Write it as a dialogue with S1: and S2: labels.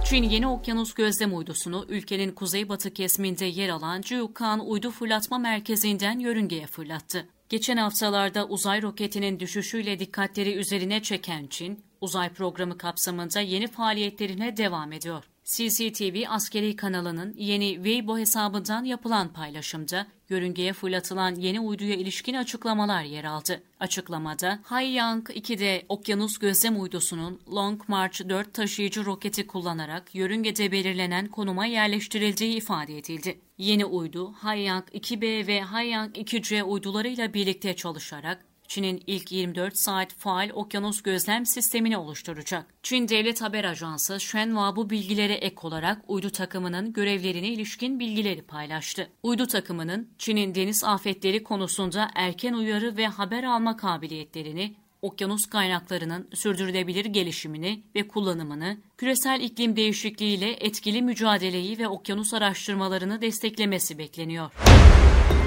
S1: Çin Yeni Okyanus Gözlem Uydusunu ülkenin kuzeybatı kesiminde yer alan Jiuquan Uydu Fırlatma Merkezi'nden yörüngeye fırlattı. Geçen haftalarda uzay roketinin düşüşüyle dikkatleri üzerine çeken Çin, uzay programı kapsamında yeni faaliyetlerine devam ediyor. CCTV askeri kanalının yeni Weibo hesabından yapılan paylaşımda yörüngeye fırlatılan yeni uyduya ilişkin açıklamalar yer aldı. Açıklamada Haiyang-2'de okyanus gözlem uydusunun Long March 4 taşıyıcı roketi kullanarak yörüngede belirlenen konuma yerleştirildiği ifade edildi. Yeni uydu Haiyang-2B ve Haiyang-2C uydularıyla birlikte çalışarak Çin'in ilk 24 saat faal okyanus gözlem sistemini oluşturacak. Çin Devlet Haber Ajansı Xinhua bu bilgilere ek olarak uydu takımının görevlerine ilişkin bilgileri paylaştı. Uydu takımının Çin'in deniz afetleri konusunda erken uyarı ve haber alma kabiliyetlerini, okyanus kaynaklarının sürdürülebilir gelişimini ve kullanımını, küresel iklim değişikliğiyle etkili mücadeleyi ve okyanus araştırmalarını desteklemesi bekleniyor.